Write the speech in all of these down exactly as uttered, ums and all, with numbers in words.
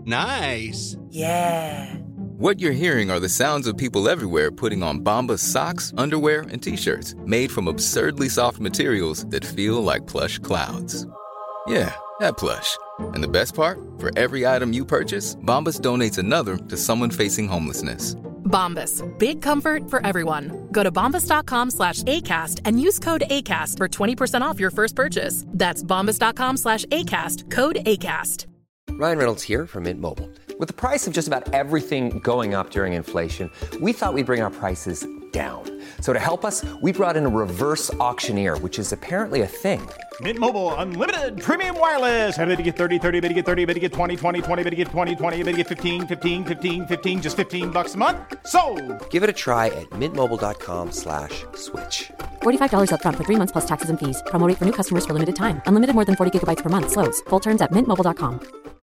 Nice. Yeah. What you're hearing are the sounds of people everywhere putting on Bombas socks, underwear, and T-shirts made from absurdly soft materials that feel like plush clouds. Yeah, that plush. And the best part? For every item you purchase, Bombas donates another to someone facing homelessness. Bombas. Big comfort for everyone. Go to bombas.com slash ACAST and use code ACAST for twenty percent off your first purchase. That's bombas.com slash ACAST. Code ACAST. Ryan Reynolds here from Mint Mobile. With the price of just about everything going up during inflation, we thought we'd bring our prices down. So to help us, we brought in a reverse auctioneer, which is apparently a thing. Mint Mobile Unlimited Premium Wireless. How to get thirty, thirty, how to get thirty, how to get twenty, twenty, twenty, how to get twenty, twenty, how to get fifteen, fifteen, fifteen, fifteen, just fifteen bucks a month? Sold! Give it a try at mintmobile.com slash switch. forty-five dollars up front for three months plus taxes and fees. Promo rate for new customers for limited time. Unlimited more than forty gigabytes per month. Slows full terms at mint mobile dot com.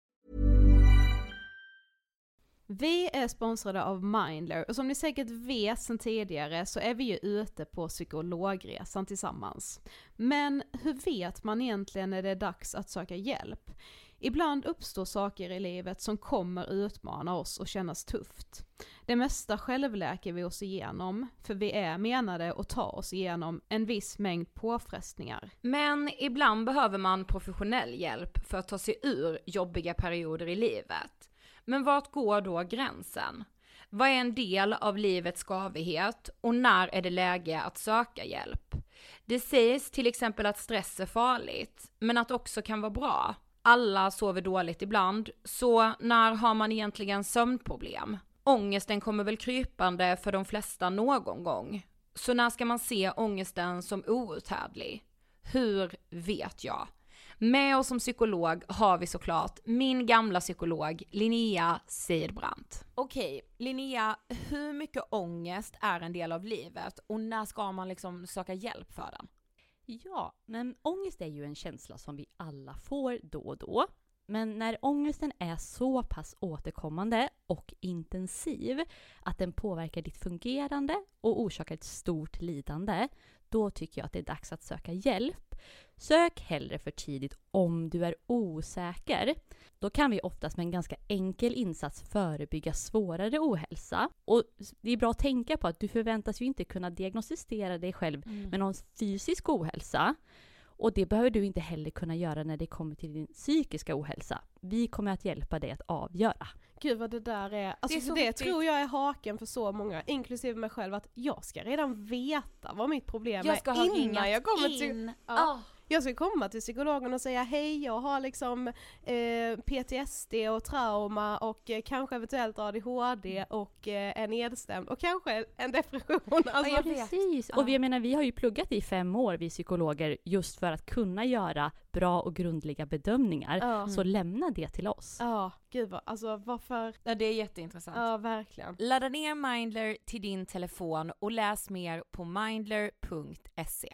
Vi är sponsrade av Mindler och som ni säkert vet sedan tidigare så är vi ju ute på psykologresan tillsammans. Men hur vet man egentligen när det är dags att söka hjälp? Ibland uppstår saker i livet som kommer utmana oss och kännas tufft. Det mesta självläker vi oss igenom, för vi är menade att ta oss igenom en viss mängd påfrestningar. Men ibland behöver man professionell hjälp för att ta sig ur jobbiga perioder i livet. Men vart går då gränsen? Vad är en del av livets skavighet och när är det läge att söka hjälp? Det sägs till exempel att stress är farligt, men att också kan vara bra. Alla sover dåligt ibland, så när har man egentligen sömnproblem? Ångesten kommer väl krypande för de flesta någon gång. Så när ska man se ångesten som outhärdlig? Hur vet jag? Med oss som psykolog har vi såklart min gamla psykolog Linnea Seidbrant. Okej, Linnea, hur mycket ångest är en del av livet och när ska man liksom söka hjälp för den? Ja, men ångest är ju en känsla som vi alla får då och då. Men när ångesten är så pass återkommande och intensiv att den påverkar ditt fungerande och orsakar ett stort lidande, då tycker jag att det är dags att söka hjälp. Sök hellre för tidigt om du är osäker. Då kan vi oftast med en ganska enkel insats förebygga svårare ohälsa. Och det är bra att tänka på att du förväntas ju inte kunna diagnostisera dig själv mm. med någon fysisk ohälsa. Och det behöver du inte heller kunna göra när det kommer till din psykiska ohälsa. Vi kommer att hjälpa dig att avgöra. Gud vad det där är. Alltså det är så det viktigt. tror jag är haken för så många, inklusive mig själv, att jag ska redan veta vad mitt problem jag ska är ha innan jag kommer in. till... Ja. Oh. Jag ska komma till psykologen och säga hej, jag har liksom eh, P T S D och trauma och eh, kanske eventuellt A D H D och eh, en nedstämd och kanske en depression. Alltså, ja, precis. Och vi, menar, vi har ju pluggat i fem år, vi psykologer, just för att kunna göra bra och grundliga bedömningar. Mm. Så lämna det till oss. Ja, gud vad, alltså varför? Ja, det är jätteintressant. Ja, verkligen. Ladda ner Mindler till din telefon och läs mer på mindler punkt se.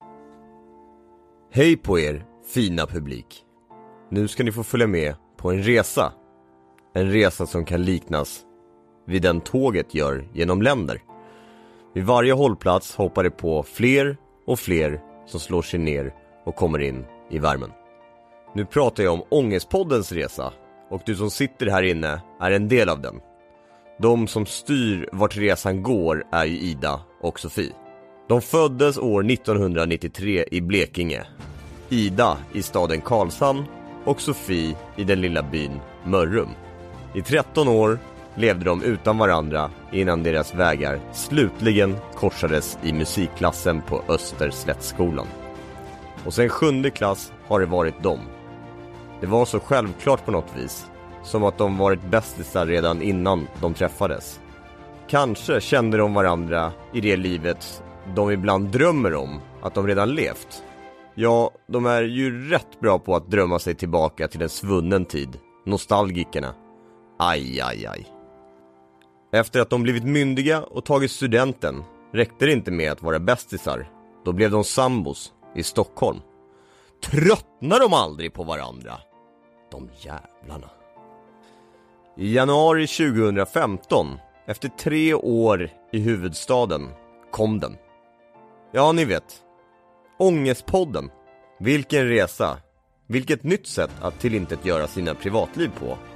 Hej på er, fina publik. Nu ska ni få följa med på en resa. En resa som kan liknas vid den tåget gör genom länder. Vid varje hållplats hoppar det på fler och fler som slår sig ner och kommer in i värmen. Nu pratar jag om Ångestpoddens resa och du som sitter här inne är en del av den. De som styr vart resan går är ju Ida och Sofie. De föddes år nittonhundranittiotre i Blekinge. Ida i staden Karlshamn och Sofie i den lilla byn Mörrum. I tretton år levde de utan varandra innan deras vägar slutligen korsades i musikklassen på Österslättskolan. Och sen sjunde klass har det varit dem. Det var så självklart på något vis, som att de varit bästisar redan innan de träffades. Kanske kände de varandra i det livet de ibland drömmer om att de redan levt. Ja, de är ju rätt bra på att drömma sig tillbaka till en svunnen tid. Nostalgikerna. Aj, aj, aj. Efter att de blivit myndiga och tagit studenten räckte det inte med att vara bästisar. Då blev de sambos i Stockholm. Tröttnar de aldrig på varandra? De jävlarna. I januari tjugohundrafemton, efter tre år i huvudstaden, kom den. Ja, ni vet. Ångestpodden. Vilken resa. Vilket nytt sätt att tillintet göra sina privatliv på.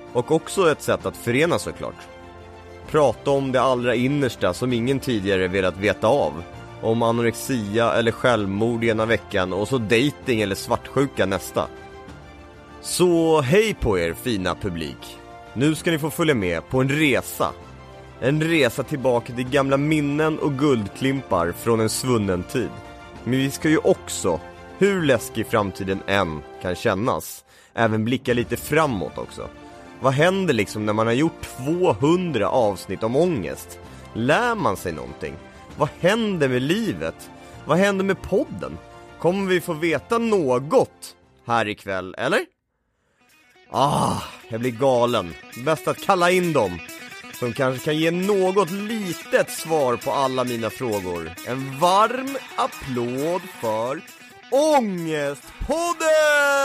Och också ett sätt att förena såklart. Prata om det allra innersta som ingen tidigare velat veta av. Om anorexia eller självmord ena veckan och så dating eller svartsjuka nästa. Så hej på er fina publik. Nu ska ni få följa med på en resa. En resa tillbaka till gamla minnen och guldklimpar från en svunnen tid. Men vi ska ju också, hur läskig framtiden än kan kännas, även blicka lite framåt också. Vad händer liksom när man har gjort tvåhundra avsnitt om ångest? Lär man sig någonting? Vad händer med livet? Vad händer med podden? Kommer vi få veta något här ikväll, eller? Ah, jag blir galen. Bäst att kalla in dem som kanske kan ge något litet svar på alla mina frågor. En varm applåd för Ångestpodden!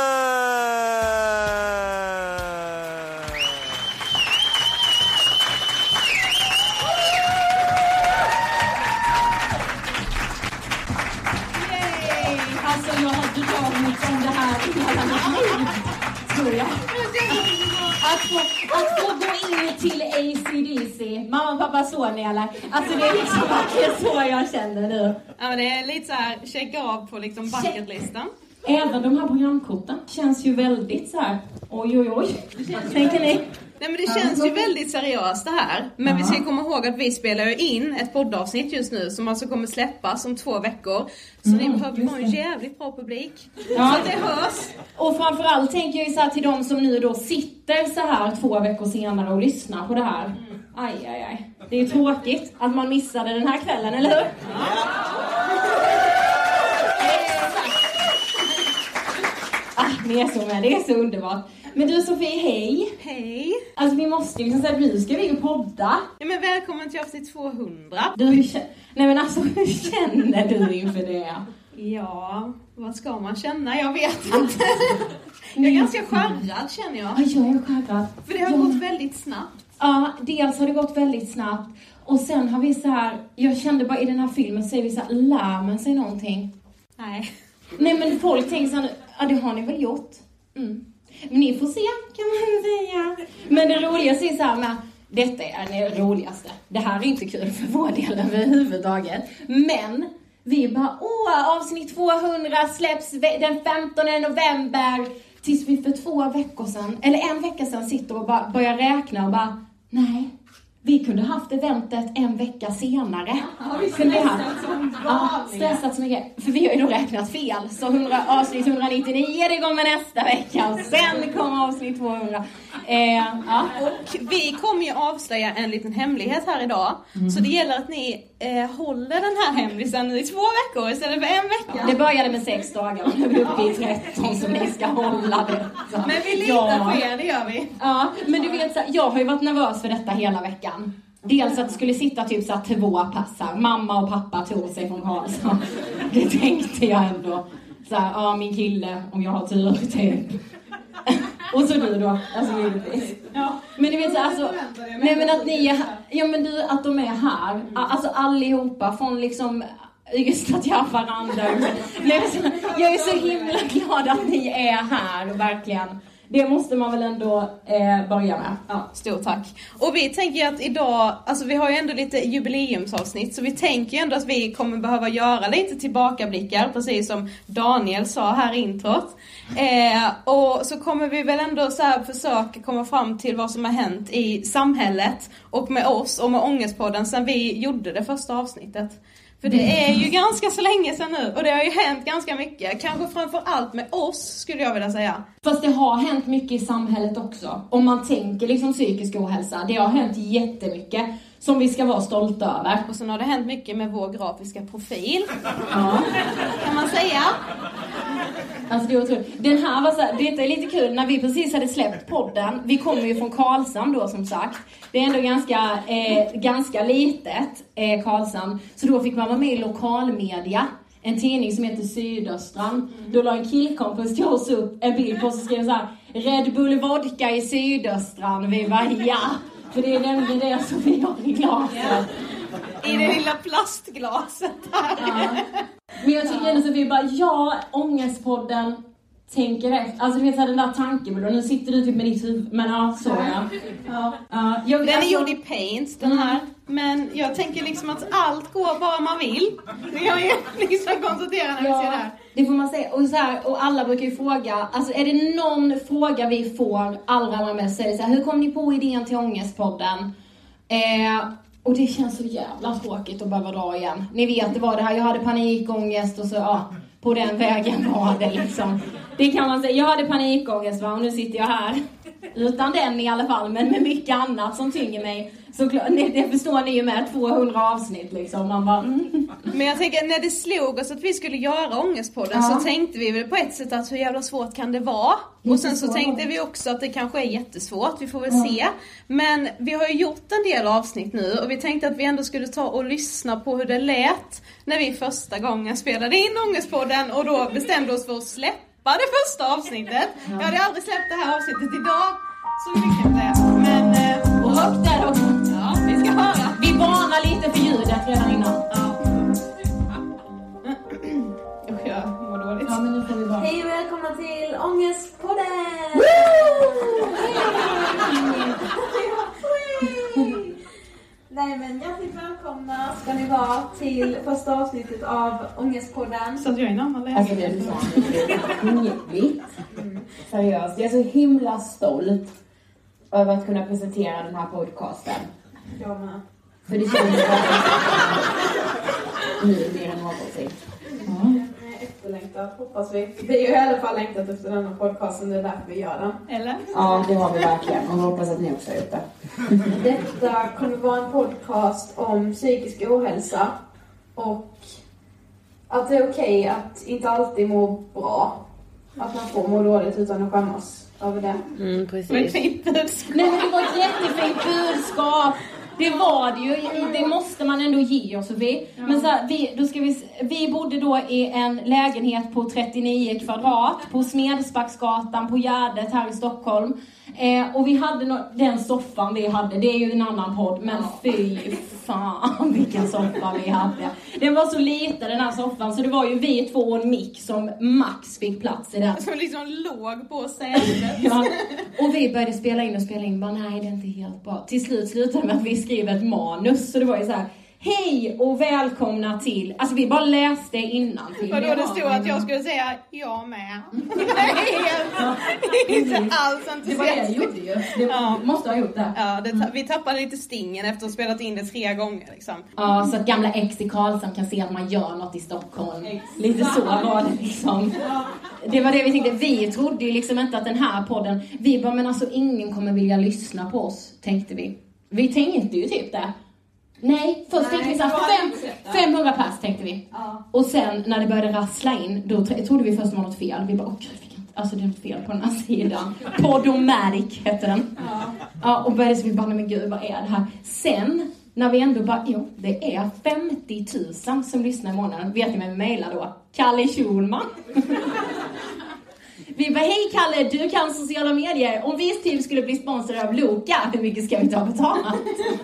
Alltså jag har drömt om det här i hela mitt liv, tror jag. Att få, att få gå in till A C D C, mamma, pappa, son eller? Alltså det är liksom verkligen så jag känner nu. Ja, men det är lite så här, check av på liksom bucketlistan. Även de här programkorten känns ju väldigt så här, oj oj oj, tänker ni? Nej, men det känns ju väldigt seriöst det här. Men vi ska komma ihåg att vi spelar ju in ett poddavsnitt just nu som alltså kommer släppas om två veckor. Så mm, ni behöver ha en jävligt bra publik. Ja. Så att det hörs. Och framförallt tänker jag ju så här till de som nu då sitter så här två veckor senare och lyssnar på det här. Mm. Aj, aj, aj. Det är ju tråkigt att man missade den här kvällen, eller hur? Ja. Ah, det är så med, det är så underbart. Men du Sofie, hej. Hej. Alltså vi måste ju liksom säga att nu ska vi ju podda. Ja, men välkommen till avsnitt tvåhundra. Du, nej men alltså hur känner du inför det? Ja, vad ska man känna? Jag vet inte. Jag är ganska skärrad känner jag. Ja, jag är skärrad. För det har ja. gått väldigt snabbt. Ja, dels har det gått väldigt snabbt. Och sen har vi så här, jag kände bara i den här filmen så är vi så här, lär man sig någonting? Nej. Nej men folk tänker så här, ja det har ni väl gjort? Mm. Men ni får se, kan man ju säga. Men det roligaste är så här med, detta är det roligaste. Det här är inte kul för vår del överhuvudtaget. Men vi bara, åh, avsnitt tvåhundra släpps den femtonde november. Tills vi för två veckor sedan, eller en vecka sedan sitter och bara börjar räkna och bara, nej. Vi kunde haft eventet en vecka senare. Ja, vi kunde stressat ha som ja, stressat så mycket. För vi har ju då räknat fel. Så hundra, avsnitt etthundranittionio, det kommer nästa vecka. Och sen kommer avsnitt tvåhundra. Eh, ja. Och vi kommer ju avslöja en liten hemlighet här idag. Mm. Så det gäller att ni eh, håller den här hemlisen nu i två veckor istället för en vecka. Det började med sex dagar och nu är vi uppe i tretton som ni ska hålla det. Så. Men vi litar ja. på er, det gör vi. Ja, men du vet, så, jag har ju varit nervös för detta hela veckan. Dels att det skulle sitta typ så här två passar. Mamma och pappa tog sig från Karlsson. Det tänkte jag ändå. Så här, ja min kille, om jag har tur typ. Och så du då, alltså givetvis. Ja. Men du vet så alltså, nej men att ni är, ja men du, att de är här. Alltså allihopa från liksom Ystad till Haparanda. Jag är så himla glad att ni är här, verkligen. Det måste man väl ändå eh, börja med. Ja, stort tack. Och vi tänker ju att idag, alltså vi har ju ändå lite jubileumsavsnitt. Så vi tänker ju ändå att vi kommer behöva göra lite tillbakablickar. Precis som Daniel sa här i introt. Eh, och så kommer vi väl ändå så här försöka komma fram till vad som har hänt i samhället. Och med oss och med Ångestpodden sedan vi gjorde det första avsnittet. För det är ju ganska så länge sedan nu. Och det har ju hänt ganska mycket. Kanske framför allt med oss skulle jag vilja säga. Fast det har hänt mycket i samhället också. Om man tänker liksom psykisk ohälsa. Det har hänt jättemycket. Som vi ska vara stolta över. Och sen har det hänt mycket med vår grafiska profil. Ja. Kan man säga. Alltså det är otroligt. Den här var så här, detta är lite kul. När vi precis hade släppt podden. Vi kommer ju från Karlshamn då som sagt. Det är ändå ganska, eh, ganska litet eh, Karlshamn. Så då fick man vara med i lokalmedia. En tidning som heter Sydöstran. Mm. Då la en killkompis till oss upp en bild på oss och skrev så här: Red Bull vodka i Sydöstran. Vi var ja. För det är nämligen det som vi har i glaset. Ja. I det lilla plastglaset här. Ja. Men jag tycker ändå så att vi bara, ja, Ångestpodden tänker efter. Alltså du vet så här, den där tanken, och nu sitter du typ med ditt huvud, men ja, så ja. Ja. Ja, jag, Den alltså, är gjord i paint, den här. Men jag tänker liksom att allt går bara man vill. Det har ju liksom konstaterat när vi ser det här. Det får man säga. Och, så här, och alla brukar ju fråga, alltså är det någon fråga vi får allra, allra mest, så är det så här, hur kom ni på idén till Ångestpodden? Eh, och det känns så jävla tråkigt att behöva dra igen. Ni vet, det var det här, jag hade panikångest och så, ja, på den vägen var det liksom. Det kan man säga, jag hade panikångest, va, och nu sitter jag här. Utan den i alla fall, men med mycket annat som tynger mig. Så det, det förstår ni ju med tvåhundra avsnitt liksom. Man bara, mm. Men jag tänker, när det slog oss att vi skulle göra Ångestpodden, ja, så tänkte vi väl på ett sätt att hur jävla svårt kan det vara? Och sen så tänkte vi också att det kanske är jättesvårt, vi får väl ja. se. Men vi har ju gjort en del avsnitt nu och vi tänkte att vi ändå skulle ta och lyssna på hur det lät när vi första gången spelade in Ångestpodden och då bestämde oss för att släppa det första avsnittet. Ja. Jag hade aldrig släppt det här avsnittet idag, så mycket om det. Men, eh, och högt där också. Ja, vi ska höra. Vi varnar lite för ljudet redan innan. Ja. Usch, jag mår dåligt. Ja, men nu får vi bara. Hej och välkomna till Ångestpodden! Nej men hjärtligt välkomna ska ni vara till första avsnittet av Ångestpodden. Så att jag är namnläge. Alltså det är så skitligt. Seriöst, jag är så himla stolt över att kunna presentera den här podcasten. Jag med. För det känns nu mer än någonsin. Mm. Efterlängtat, hoppas vi. Vi är ju i alla fall längtat efter den här podcasten, det är därför vi gör den. Eller? Ja, det har vi verkligen. Och jag hoppas att ni också har gjort det. Detta kommer vara en podcast om psykisk ohälsa. Och att det är okej att inte alltid må bra. Att man får må dåligt utan att skämmas över det. Mm, precis. Men fint budskap. Nej, men det var ett jättefint budskap. Det var det ju, det måste man ändå ge oss, vi. Ja. Men så här, vi, då ska vi, vi bodde då i en lägenhet på trettionio kvadrat på Smedsbacksgatan på Gärdet här i Stockholm. Eh, och vi hade no- den soffan vi hade, det är ju en annan podd, men fy fan vilken soffa vi hade. Den var så liten den här soffan, så det var ju vi två och en mick som max fick plats i den. Som liksom låg på sätet. Ja. Och vi började spela in och spela in, bara nej det är inte helt bra. Till slut slutade med att vi skrev ett manus, så det var ju så här: hej och välkomna till... Alltså vi bara läste innan till. Och då det stod att jag skulle säga jag med. Det är inte alls entusiastiskt. Det var det jag gjorde ju. Det ja. måste ha gjort det. Ja, det, vi tappade lite stingen efter att ha spelat in det tre gånger liksom. Ja, så att gamla ex i Karlshamn kan se att man gör något i Stockholm. Exakt. Lite så var det liksom. Ja. Det var det vi tänkte. Vi trodde ju liksom inte att den här podden... Vi bara, men alltså ingen kommer vilja lyssna på oss, tänkte vi. Vi tänkte ju typ det. Nej, först tänkte vi så här, fem, femhundra pass tänkte vi. Ja. Och sen när det började rassla in, då trodde vi först att det var något fel. Vi bara, åh gud, alltså det är något fel på den här sidan. Podomatic heter den. Ja. Ja, och började så vi bara, men gud, vad är det här? Sen, när vi ändå bara, jo, det är femtio tusen som lyssnar i månaden. Vet ni vem vi mejlar då? Kalle Schulman. Vi bara, hej Kalle, du kan sociala medier. Om vi till skulle bli sponsrade av Loka, hur mycket ska vi ta betalt?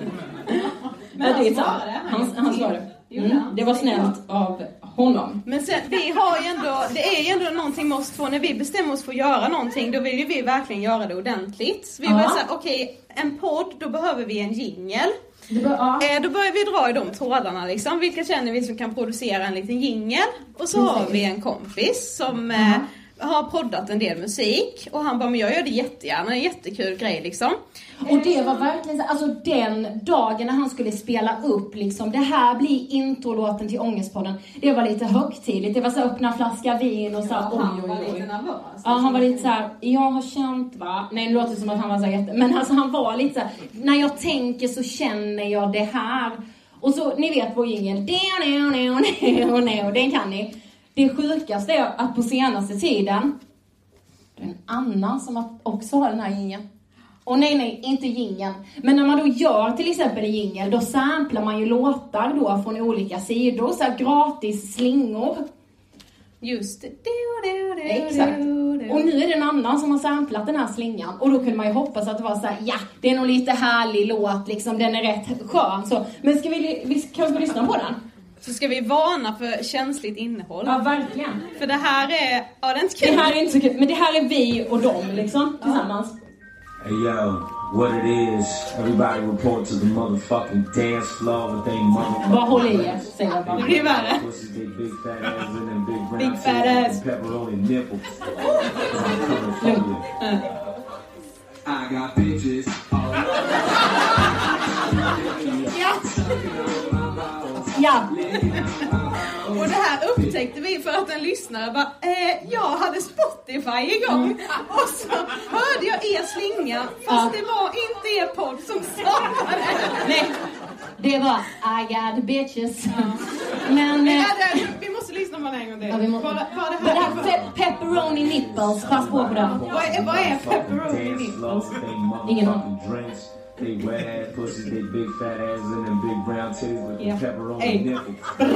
Men han svarade. Han, han svarade. Mm, det var snällt av honom. Men sen, vi har ju ändå, det är ju ändå någonting måste få, när vi bestämmer oss för att göra någonting, då vill ju vi verkligen göra det ordentligt. Så vi ja. vill säga, okej, okay, en podd, då behöver vi en jingle. Bör, ja. eh, då börjar vi dra i de trådarna liksom. Vilka känner vi som kan producera en liten jingle? Och så har vi en kompis som... Eh, har poddat en del musik och han bara, men jag gör det jättegärna, en jättekul grej liksom. Och det var verkligen, alltså den dagen när han skulle spela upp liksom, det här blir introlåten till Ångestpodden, det var lite högtidligt, det var så öppna flaska vin och så ja, oj, han oj, var oj. lite nervös. Ja, han var lite så här, jag har känt va, nej det låter som att han var så jätte, men alltså han var lite så här, när jag tänker så känner jag det här. Och så, ni vet vår jingle, den kan ni. Det sjukaste är att på senaste tiden, det är en annan som också har den här jingeln. Och nej, nej, inte jingeln. Men när man då gör till exempel en jingel, då samplar man ju låtar då från olika sidor. Så här gratis slingor. Just det. Exakt. Och nu är det en annan som har samplat den här slingan. Och då kunde man ju hoppas att det var så här, ja, det är nog lite härlig låt, liksom, den är rätt skön. Så. Men ska vi, vi kanske lyssna på den? så ska vi varna för känsligt innehåll. Ja, verkligen. För det här är, ja det är inte kul. Det här är inte så kul, men det här är vi och dem liksom, tillsammans. Hey yo, what it is, everybody report to the motherfucking dance floor with they motherfucking... Bara håll i er, säger jag bara. Det blir värre. Big fat ass and them big brown Big fat ass. Pepperoni nipples. I got bitches. Ja. Ja. Och det här upptäckte vi för att en lyssnare bara, eh, jag hade Spotify igång och så hörde jag er slinga fast ja. Det var inte er podd som sa det. Nej, det var I got bitches. Ja. Men... Eh, det, vi måste lyssna på det en gång till. Ja, vi må... vad, vad det här är pe- pepperoni nipples, pass på på det. Vad är, vad är pepperoni nipples? Ingen aning. They wet ass pussies, they big fat asses and them big brown titties with yeah. the pepperoni hey. nipples.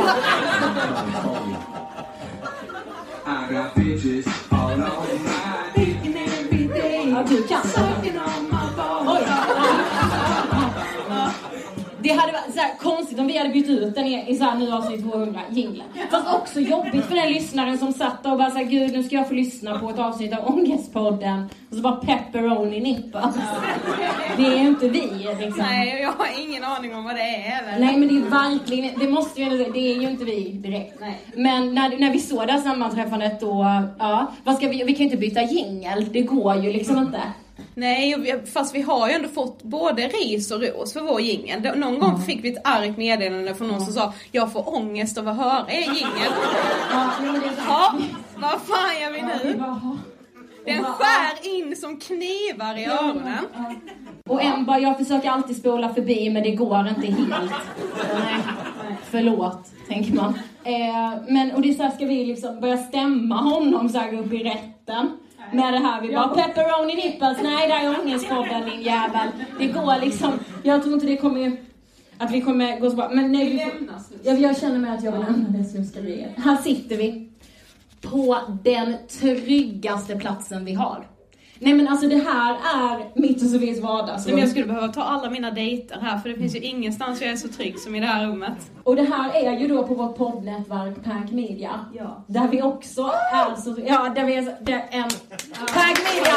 I got bitches all over my dick and every day. Ja, du kan. Oj. Det hade varit så här konstigt om vi hade bytt ut den i, i så här nu avsnitt tvåhundra jinglen. Fast också jobbigt för den lyssnaren som satt och bara så här, gud nu ska jag få lyssna på ett avsnitt av Ångestpodden. Och så bara pepperoni nipples. Det är ju inte vi liksom. Nej, jag har ingen aning om vad det är eller? Nej, men det är verkligen, det måste ju det är ju inte vi direkt. Nej. Men när, när vi såg det här sammanträffandet då, ja, vad ska vi, vi kan ju inte byta jingel. Det går ju liksom inte. Nej, fast vi har ju ändå fått både ris och ros för vår jingel. Någon gång mm. fick vi ett argt meddelande från någon mm. som sa, jag får ångest av att höra er jingel. Ja, ja, vad fan gör vi nu? Den skär in som knivar i öronen. Och en bara, jag försöker alltid spola förbi men det går inte helt. Nej, förlåt, tänker man. Eh, men, och det är så här, ska vi liksom börja stämma honom så här upp i rätten. Med det här, vi bara, pepperoni nipples, nej det är Ångestpodden din jävel. Det går liksom, jag tror inte det kommer, att vi kommer gå så bra. Men nej, vi får, jag, jag känner mig att jag vill lämna det sluskeriet. Här sitter vi på den tryggaste platsen vi har. Nej men alltså det här är mitt och Sofies vardagsrum. Nej, men jag skulle behöva ta alla mina dejter här för det finns ju ingenstans jag är så trygg som i det här rummet. Och det här är ju då på vårt poddnätverk Pack Media. Ja. Där vi också är så, ja där vi är så, där en Pack Media.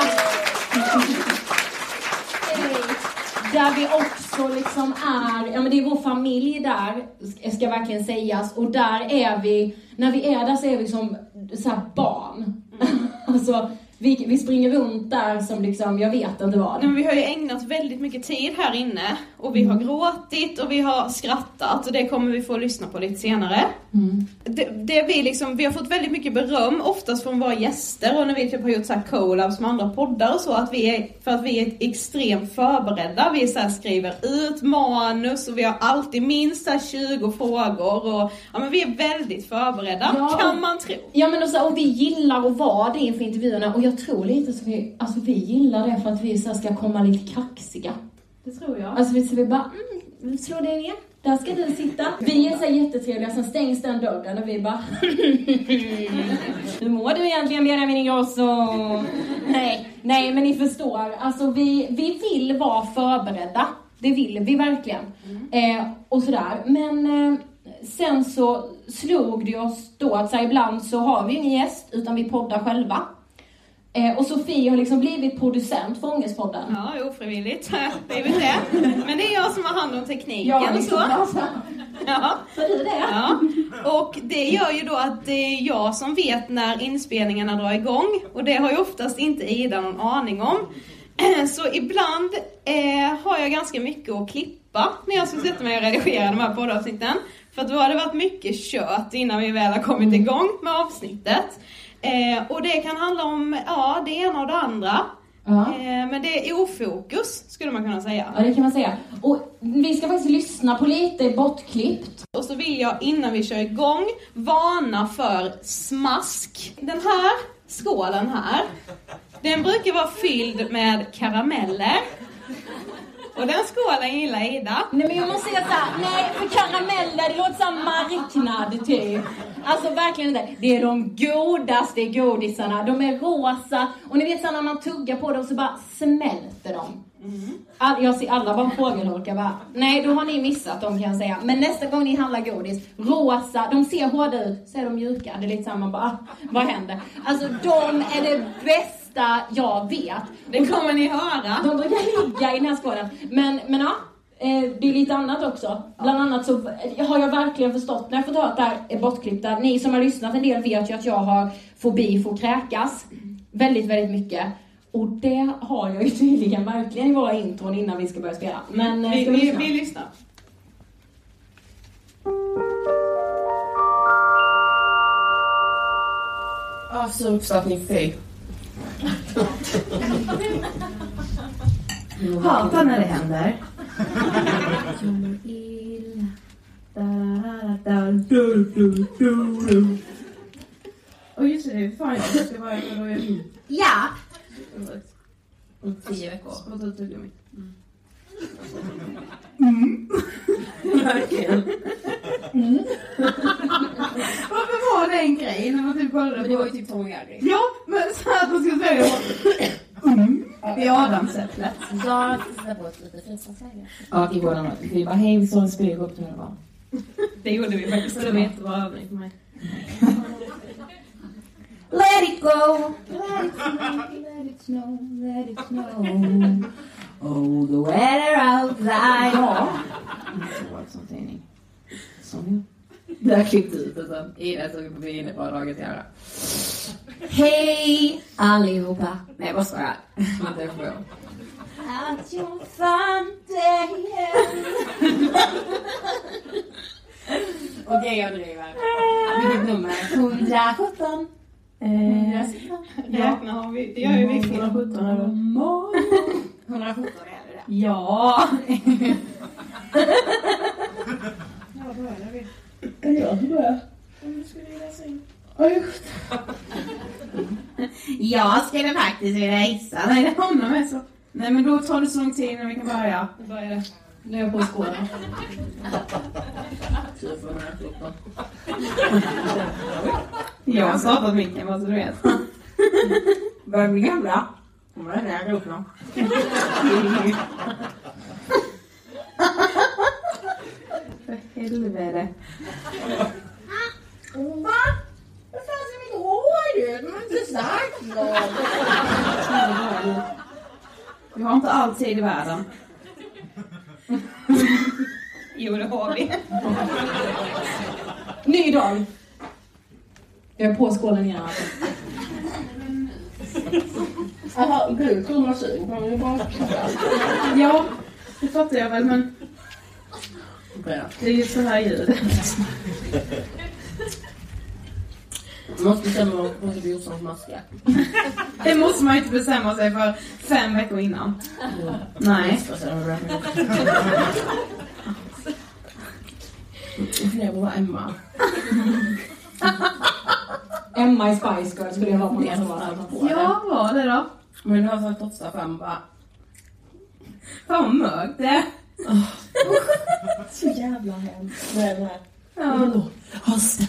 Där vi också liksom är, ja men det är vår familj där, ska verkligen sägas. Och där är vi, när vi är där så är vi som så här barn. Mm. Alltså vi, vi springer runt där som liksom, jag vet inte vad. Nej, men vi har ju ägnat väldigt mycket tid här inne. Och vi har gråtit och vi har skrattat. Och det kommer vi få lyssna på lite senare. Mm. Det, det vi, liksom, vi har fått väldigt mycket beröm, oftast från våra gäster. Och när vi typ har gjort så här collabs med andra poddar och så. Att vi är, för att vi är extremt förberedda. Vi så här skriver ut manus och vi har alltid minst så här tjugo frågor. Och, ja, men vi är väldigt förberedda, ja, kan man tro. Ja, men och, så, och vi gillar att vara det inför intervjuerna. Och jag tror lite så vi, alltså vi gillar det för att vi så här ska komma lite kaxiga. Det tror jag. Alltså vi, så vi bara, mm, slå det ner. Där ska du sitta. Vi är så jättetrevliga, sen stängs den dörren och vi bara hur mår du egentligen, Benjamin Ingrosso? Nej, nej, men ni förstår. Alltså vi, vi vill vara förberedda. Det vill vi verkligen. Mm. Eh, och sådär. Men eh, sen så slog det oss då att så här, ibland så har vi ingen gäst utan vi poddar själva. Eh, och Sofie har liksom blivit producent för Ångestpodden. Ja, ofrivilligt. Det är väl det. Men det är jag som har hand om tekniken ja, och så. Alltså. Ja, så det är det. Ja. Och det gör ju då att det är jag som vet när inspelningarna drar igång. Och det har ju oftast inte Ida någon aning om. Så ibland eh, har jag ganska mycket att klippa när jag ska sätta mig och redigera de här poddavsnitten. För att då har det varit mycket kött innan vi väl har kommit igång med avsnittet. Eh, och det kan handla om ja, det ena och det andra. Ja. Eh, men det är ofokus skulle man kunna säga. Ja, det kan man säga. Och vi ska faktiskt lyssna på lite bortklippt. Och så vill jag innan vi kör igång varna för smask. Den här skålen här, den brukar vara fylld med karameller. Och den skålen gillar Ida. Nej, men jag måste säga såhär, nej, för karameller, det låter som marknad typ. Alltså verkligen inte. Det är de godaste godisarna. De är rosa. Och ni vet så när man tuggar på dem så bara smälter de. All, jag ser alla bara fågelholkar bara. Nej, då har ni missat dem kan jag säga. Men nästa gång ni handlar godis, rosa, de ser hårda ut, så är de mjuka. Det är lite samma bara, ah, vad händer? Alltså de är det bästa jag vet. Det kommer ni höra. De brukar ligga i den här skålen. Men, men ja, det är lite annat också. Bland annat så har jag verkligen förstått, när jag fått höra att det här är bortklippta. Ni som har lyssnat en del vet ju att jag har fobi för att kräkas. Väldigt, väldigt mycket. Och det har jag ju tydligen verkligen i våra intron innan vi ska börja spela. Men vi, ska vi, vi, lyssna? vi lyssnar. Ja, så uppstartning fy. Hatar när det händer. Och just det, fan jag ska vara då jag vill. Ja. Om tio veckor. Spotta ut tuggummi. Mm. Verkligen. Mm. Varför var det en grej när man typ kollade på? Det var ju typ Tom och Jerry. Ja, men så att man ska säga mm. I Adamsäpplet. Ja, det var ett lite fristadsläge. Ja, i våran möte. Vi bara, hej, vi såg en spel upp till var. Det gjorde vi faktiskt. Det var jättebra övning för mig. Let it go, let it snow, let it snow, let it snow. Oh, the weather outside. Ja. Det var ett sånt tidning. Som jag. Det har klippt ut och sen Ida såg på mig inne på dagen till göra. Hej allihopa. Nej, jag bara skojar. Det får jag. At your fountain. Okej, jag driver. Vilket nummer? hundrasjutton. Eh, Räkna har vi. Det gör ju vi. hundrasjutton eller? hundrasjutton är det. Ja. Ja, då är det vi. Ja, då börjar. Om du skulle vilja se. Oj. Jag skulle faktiskt vilja hissa. Nej, det är honom är så. Nej, men då tar det så lång tid innan vi kan börja. Nu börjar det. Nu är jag på skålen. Jag har startat micken, vad så du vet. Börjar bli gamla. Kommer den här gruppen. För helvete. Va? Det fanns ju mitt hår ju. Det var inte sagt något. Vi har inte all tid i världen. Jo, det har vi. Ny dag. Jag är på skålen igen. Jaha, gud, kommer syn. Kan vi bara... Ja, det fattar jag väl, men... Det är ju så här ljudet. Man måste bestämma vad man ska bli som maska. Det måste man ju inte bestämma sig för fem veckor innan. Mm. Nej. Det var Emma. Emma i Spice Girls skulle jag vara på det som var på. Ja, vad var det då? Men du har sagt ofta fem bara. Fan vad mörkt det. Oh. Så jävla hemskt. Nej, nej. Ja. Hösten.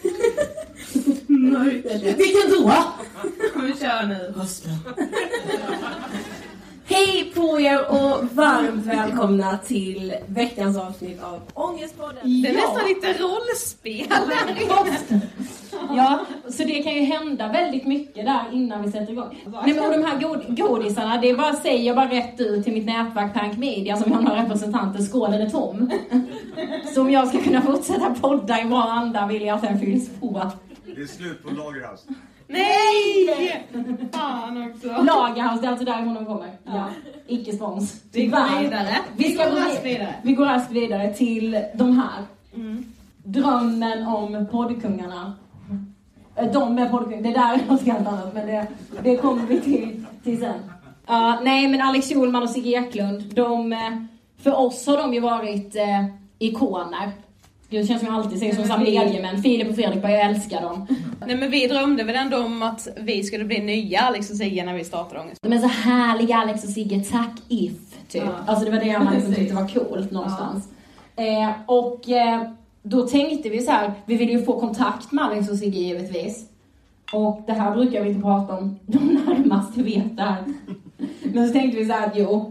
Mörkt. Vilken då? Vi kör nu. Hösten. Hej på er och varmt välkomna till veckans avsnitt av Ångestpodden. Det är nästan lite rollspel. Ja, så det kan ju hända väldigt mycket där innan vi sätter igång. Nej, men och de här god- godisarna, det är bara säger jag bara rätt ut till mitt nätverk Pank Media som jag har några representanter, skålen är tom. Så om jag ska kunna fortsätta podda i bra anda vill jag att den fylls på. Det är slut på Lagerhaus. Nej! Fan också. Lagerhaus, det är alltså därifrån de kommer. Ja, icke spons. Vi går vidare. Vi, ska gå raskt vidare. Vi går raskt vidare till de här. Mm. Drömmen om poddkungarna. De är poddkungar. Det där är något helt annat, men det, det kommer vi till, till sen. Uh, nej, men Alex Schulman och Sigge Eklund, de, för oss har de ju varit uh, ikoner. Det känns som jag alltid säger som samma mediemän. Filip och Fredrik, jag älskar dem. Nej, men vi drömde väl ändå om att vi skulle bli nya Alex och Sigge när vi startade Ångest. De är så härliga Alex och Sigge, tack if, typ. Ja. Alltså det var det man liksom tyckte var coolt någonstans. Ja. Eh, och eh, då tänkte vi så här, vi ville ju få kontakt med Alex och Sigge givetvis. Och det här brukar vi inte prata om, de närmaste vet där. Men så tänkte vi så här att jo,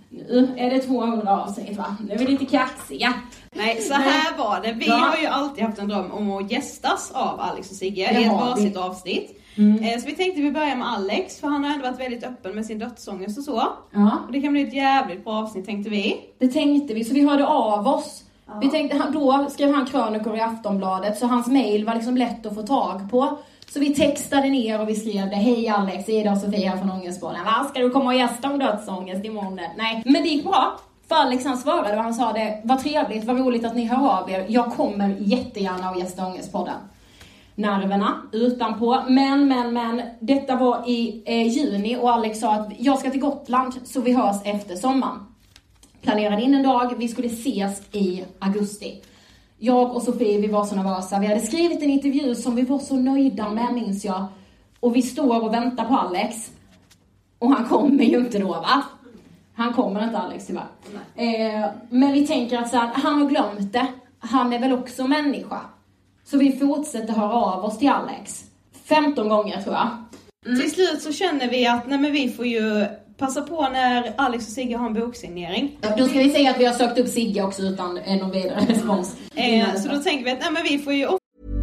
Nu är det tvåhundra avsnitt va? Nu är vi lite kaxiga. Nej, så här var det. Vi ja. har ju alltid haft en dröm om att gästas av Alex och Sigge i ett varsitt avsnitt. Mm. Så vi tänkte vi börjar med Alex, för han har ändå varit väldigt öppen med sin dödsångest och så. Ja. Och det kan bli ett jävligt bra avsnitt, tänkte vi. Det tänkte vi, så vi hörde av oss. Ja. Vi tänkte, då skrev han krönikor i Aftonbladet, så hans mail var liksom lätt att få tag på. Så vi textade ner och vi skrev det. Hej Alex, Ida och Sofia från Ångestpodden. Vad ska du komma och gästa om dödsångest imorgon? Nej, men det gick bra. För Alex han svarade och han sa det. Vad trevligt, vad roligt att ni hör av er. Jag kommer jättegärna och gästa Ångestpodden. Nerverna utanpå. Men, men, men. Detta var i eh, juni och Alex sa att jag ska till Gotland så vi hörs efter sommaren. Planerade in en dag, vi skulle ses i augusti. Jag och Sofie, vi var så nervösa. Vi hade skrivit en intervju som vi var så nöjda med, minns jag. Och vi står och väntar på Alex. Och han kommer ju inte då, va? Han kommer inte, Alex, tyvärr. Eh, men vi tänker att så här, han har glömt det. Han är väl också människa. Så vi fortsätter höra av oss till Alex. femton gånger, tror jag. Mm. Till slut så känner vi att nej, men vi får ju passa på när Alex och Sigge har en boksignering. Ja, då ska vi säga att vi har sökt upp Sigge också utan någon vidare respons. Eh, så då tänker vi att nej, men vi får ju...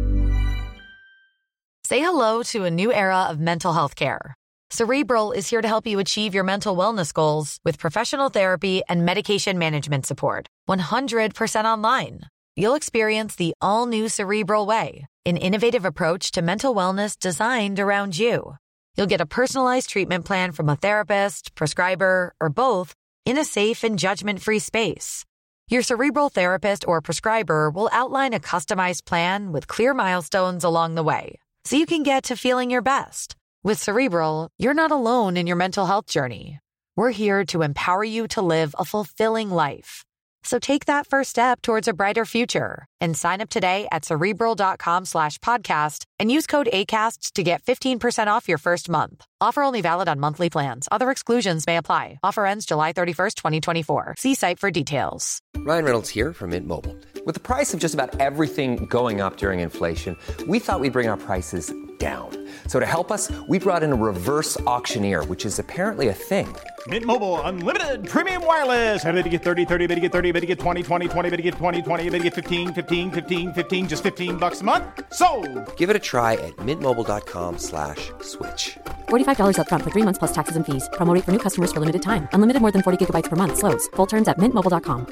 Say hello to a new era of mental health care. Cerebral is here to help you achieve your mental wellness goals with professional therapy and medication management support. one hundred percent online. You'll experience the all-new Cerebral Way, an innovative approach to mental wellness designed around you. You'll get a personalized treatment plan from a therapist, prescriber, or both in a safe and judgment-free space. Your Cerebral therapist or prescriber will outline a customized plan with clear milestones along the way, so you can get to feeling your best. With Cerebral, you're not alone in your mental health journey. We're here to empower you to live a fulfilling life. So take that first step towards a brighter future and sign up today at Cerebral.com slash podcast and use code ACAST to get fifteen percent off your first month. Offer only valid on monthly plans. Other exclusions may apply. Offer ends July thirty-first, twenty twenty-four. See site for details. Ryan Reynolds here from Mint Mobile. With the price of just about everything going up during inflation, we thought we'd bring our prices down. So to help us, we brought in a reverse auctioneer, which is apparently a thing. Mint Mobile Unlimited Premium Wireless. How to get thirty, thirty, how to get thirty, how to get twenty, twenty, twenty, how to get twenty, twenty, how to get fifteen, fifteen, fifteen, fifteen, just fifteen bucks a month? Sold! Give it a try at mintmobile.com slash switch. forty-five dollars up front for three months plus taxes and fees. Promo rate for new customers for limited time. Unlimited more than forty gigabytes per month. Slows full terms at mint mobile dot com.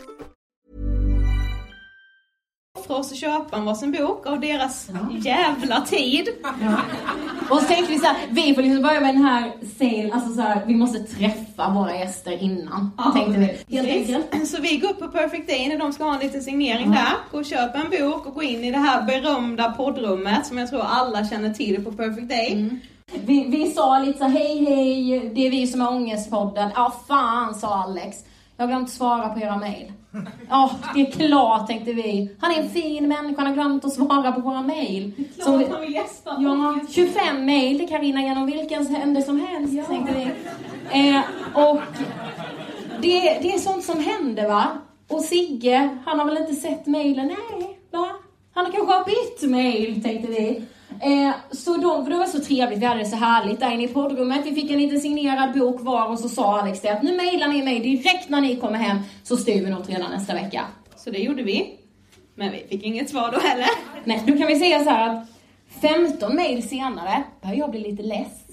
För oss att köpa en varsin bok av deras ja. jävla tid. Ja. Och så tänkte vi så här, vi får liksom börja med den här sale, alltså så här, vi måste träffa våra gäster innan. Ja. Tänkte vi. Helt enkelt. Så vi går upp på Perfect Day när de ska ha en liten signering ja. där. Gå och köpa en bok och gå in i det här berömda poddrummet som jag tror alla känner till på Perfect Day. Mm. Vi, vi sa lite så hej hej, det är vi som är Ångestpodden. Ja fan, sa Alex. Jag har glömt svara på era mejl. Ja, oh, det är klart, tänkte vi. Han är en fin människa, han har glömt att svara på våra mejl. Det är klart han vill gästa. Ja, tjugofem mejl, det kan rinna genom vilken ände som helst, ja. tänkte vi. Eh, och det, det är sånt som händer, va? Och Sigge, han har väl inte sett mejlen? Nej, va? Han har kanske har bytt mejl, tänkte vi. Eh, så då, för det var så trevligt, vi hade det så härligt där inne i poddrummet. Vi fick en liten signerad bok var och så sa Alex det att nu mejlar ni mig direkt när ni kommer hem så styr vi något redan nästa vecka. Så det gjorde vi. Men vi fick inget svar då heller. Nej, då kan vi säga så här att femton mejl senare börjar jag bli lite less.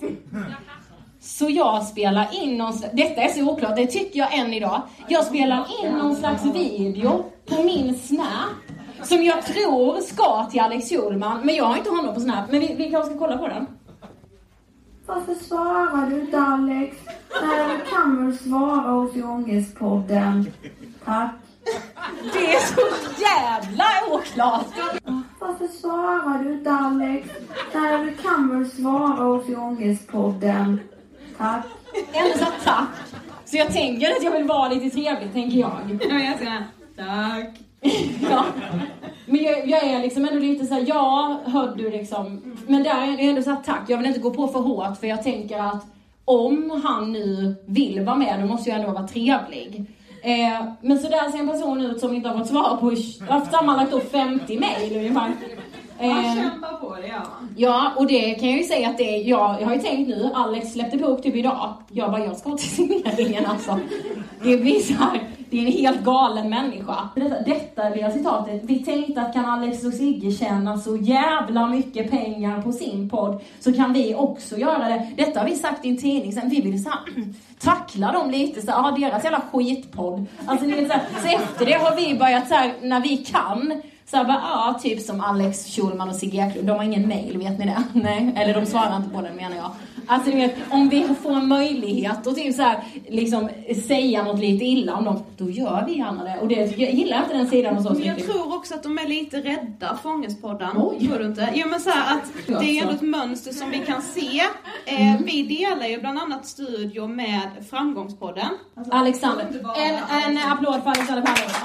Så jag spelar in någon slags, detta är så oklart, det tycker jag än idag. Jag spelar in någon slags video på min Snap som jag tror ska till Alex Schulman, men jag har inte honom på Snap. Men vi, vi kanske ska kolla på den. Varför svarar du inte, Alex? När du kan väl svara oss i Ångestpodden. Tack. Det är så jävla oklart. Varför svarar du inte, Alex? När du kan väl svara oss i Ångestpodden. Tack. Ändå så tack. Så jag tänker att jag vill vara lite trevlig, tänker jag. Ja, jag säger tack. Ja. Men jag, jag är liksom ändå lite så här, ja, hör du liksom. Men där är jag ändå så här, tack. Jag vill inte gå på för hårt, för jag tänker att om han nu vill vara med, då måste jag ändå vara trevlig. Eh, men så där ser en person ut som inte har fått svar på, jag har sammanlagt då femtio mejl ungefär. Man kämpar på det, ja. Ja, och det kan jag ju säga att det är, ja, jag har ju tänkt nu, Alex släppte bok typ idag. Jag bara, jag ska till signeringen alltså. Det blir så här, det är en helt galen människa. Detta, detta är det citatet. Vi tänkte att kan Alex och Sigge tjäna så jävla mycket pengar på sin podd, så kan vi också göra det. Detta har vi sagt i en tidning sen. Vi vill så här, tackla dem lite. Så här, deras jävla skitpodd. Alltså, ni vet, så, här, så efter det har vi börjat så här, när vi kan... Så här, bara, ja, typ som Alex Schulman och Sigge Eklund. De har ingen mail, vet ni det? Nej, eller de svarar inte på den, menar jag. Alltså, ni vet, om vi får en möjlighet att typ så här, liksom, säga något lite illa om dem, då gör vi gärna det. Och det, jag gillar inte den sidan hos oss. Men jag tror också att de är lite rädda för Ångestpodden. Oj. Tror du inte? Jo, men så här, att det är ändå ett mönster som vi kan se. Eh, mm. Vi delar ju bland annat studio med Framgångspodden. Alltså, Alexander. En, en applåd för Alexander Palme.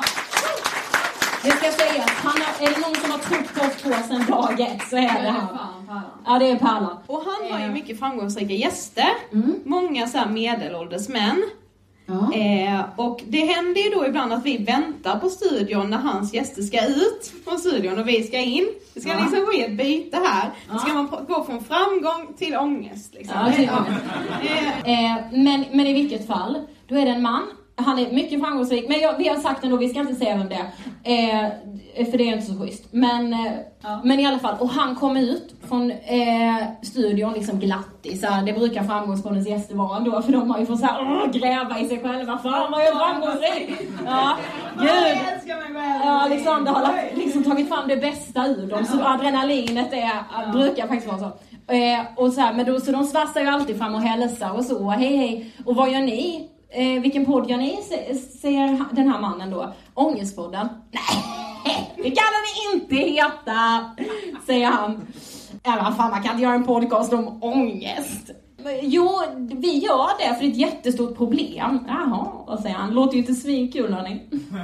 Det ska sägas, han har, är det någon som har trott på oss på sen dag ett, så är det han. Ja, det är Pallan. Och han har ju mycket framgångsrika gäster. Mm. Många så här medelålders män. Ja. Eh, och det händer ju då ibland att vi väntar på studion när hans gäster ska ut från studion och vi ska in. Det ska ja. liksom ske ett byte här. Ja. Ska man gå från framgång till ångest. Liksom. Ja, till ångest. eh, men, men i vilket fall, då är det en man. Han är mycket framgångsrik. Men jag, vi har sagt ändå, vi ska inte säga vem det är. Eh, för det är inte så schysst. Men, eh, ja. men i alla fall. Och han kom ut från eh, studion liksom glattis. Det brukar framgångspoddens gäster vara ändå. För de har ju fått så här, åh, gräva i sig själva. Fan vad jag är framgångsrik. Ja, gud. Ja, Alexander har lagt, liksom tagit fram det bästa ur dem. Så adrenalinet är, ja. brukar faktiskt vara så. Eh, och så här, men då, så de svassar ju alltid fram och hälsar och så. Hej, hej. Och vad gör ni? Eh, vilken podd gör ni, säger den här mannen då. Ångestpodden. Nej, det kan den inte heta, säger han. Ja, fan, man kan inte göra en podcast om ångest. Jo, vi gör det för det är ett jättestort problem. Jaha, vad säger han? Låter ju inte svinkul, hörni.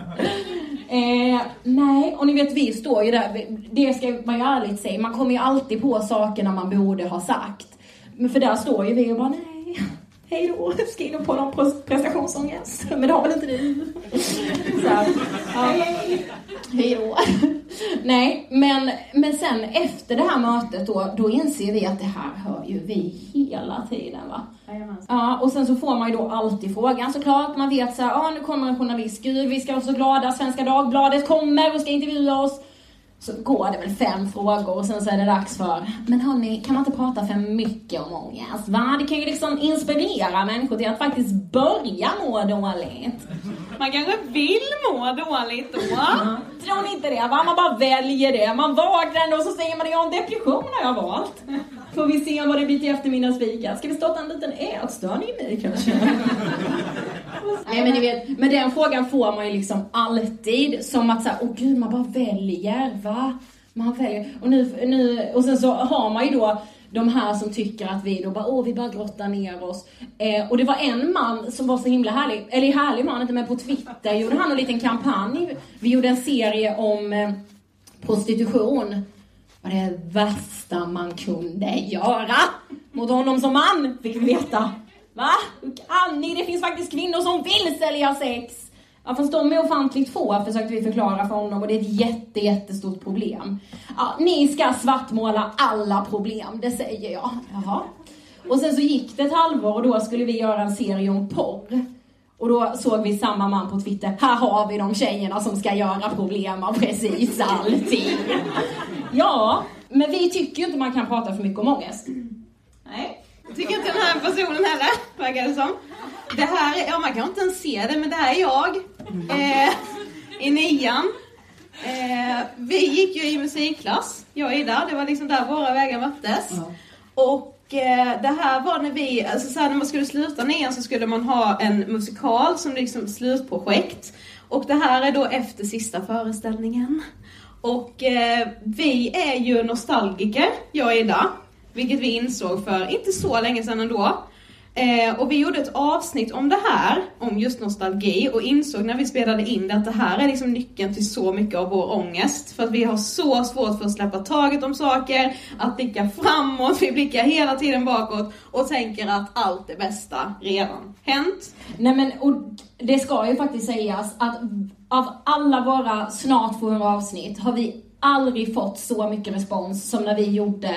eh, nej, och ni vet, vi står ju där. Det ska man ju ärligt säga. Man kommer ju alltid på sakerna man borde ha sagt. Men för där står ju vi och bara, nej. Hej då, skriver på någon prestationsångest. Men det har väl inte du? Så, ja. Hej då. Nej, men, men sen efter det här mötet då, då inser vi att det här hör ju vi hela tiden, va? Ja, och sen så får man ju då alltid frågan såklart. Man vet så här, ja, nu kommer en journalist. Gud, vi ska vara så glada. Svenska Dagbladet kommer och ska intervjua oss. Så går det väl fem frågor och sen så är det dags för, men hörni, kan man inte prata för mycket om ångest, va? Det kan ju liksom inspirera människor till att faktiskt börja må dåligt. Man kanske vill må dåligt då. Ja. Tror ni inte det, va? Man bara väljer det. Man vaknar och så säger man, ja, en depression har jag valt. Får vi se vad det blir till eftermiddagsfika. Ska vi starta en liten ätstörning i mig kanske? Nej, men ni vet, men den frågan får man ju liksom alltid. Som att säga, åh gud, man bara väljer, va? Man väljer. Och, nu, nu, och sen så har man ju då de här som tycker att vi då bara, åh, vi bara grottar ner oss. Eh, och det var en man som var så himla härlig, eller härlig man, inte, men på Twitter gjorde han en liten kampanj. Vi gjorde en serie om eh, prostitution. Vad det är värsta man kunde göra mot honom som man, fick vi veta. Va? Kan ni? Det finns faktiskt kvinnor som vill sälja sex. Ja, fast de är ofantligt få, försökte vi förklara för honom. Och det är ett jätte, jättestort problem. Ja, ni ska svartmåla alla problem, det säger jag. Jaha. Och sen så gick det ett halvår och då skulle vi göra en serie om porr. Och då såg vi samma man på Twitter. Här har vi de tjejerna som ska göra problem av precis allting. Ja, men vi tycker ju inte man kan prata för mycket om ångest. Nej. Jag tycker inte den här personen heller, verkar det som. Det här är, ja, man kan inte ens se det, men det här är jag. Eh, I nian. Eh, vi gick ju i musikklass, jag och Ida. Det var liksom där våra vägar möttes. Mm. Och eh, det här var när vi, alltså så här, när man skulle sluta nian så skulle man ha en musikal som liksom slutprojekt. Och det här är då efter sista föreställningen. Och eh, vi är ju nostalgiker, jag och Ida. Vilket vi insåg för inte så länge sedan ändå. Eh, och vi gjorde ett avsnitt om det här, om just nostalgi. Och insåg när vi spelade in det att det här är liksom nyckeln till så mycket av vår ångest. För att vi har så svårt för att släppa taget om saker, att blicka framåt. Vi blickar hela tiden bakåt och tänker att allt det bästa redan hänt. Nej, men och det ska ju faktiskt sägas att av alla våra snart tvåhundra avsnitt har vi aldrig fått så mycket respons som när vi gjorde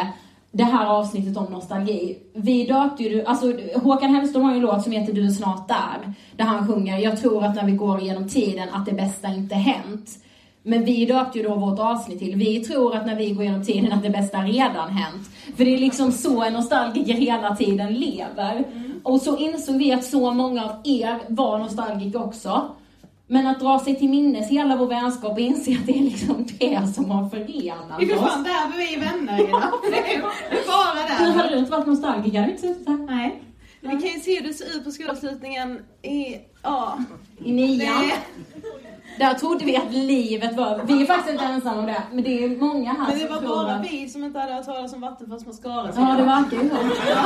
det här avsnittet om nostalgi. Vi döpte ju, alltså Håkan Hellström har ju en låt som heter Du är snart där. Där han sjunger, jag tror att när vi går igenom tiden att det bästa inte hänt. Men vi döpte ju då vårt avsnitt till, vi tror att när vi går igenom tiden att det bästa redan hänt. För det är liksom så en nostalgiker hela tiden lever. Mm. Och så insåg vi att så många av er var nostalgiker också. Men att dra sig till minnes hela vår vänskap och inse att det är liksom det som har förenat oss. Det är för fan där vi är vänner idag. Det är bara där. Du hade inte varit nostalgiker, hade inte suttit här. Nej. Vi kan ju se hur det ser ut på skolavslutningen i, ja. I nian. Där trodde vi att livet var... Vi är faktiskt inte ensamma om det. Men det är många här men det som var bara att... vi som inte hade hört talas om Vattenfalls mascara. Ja, det verkar ju så.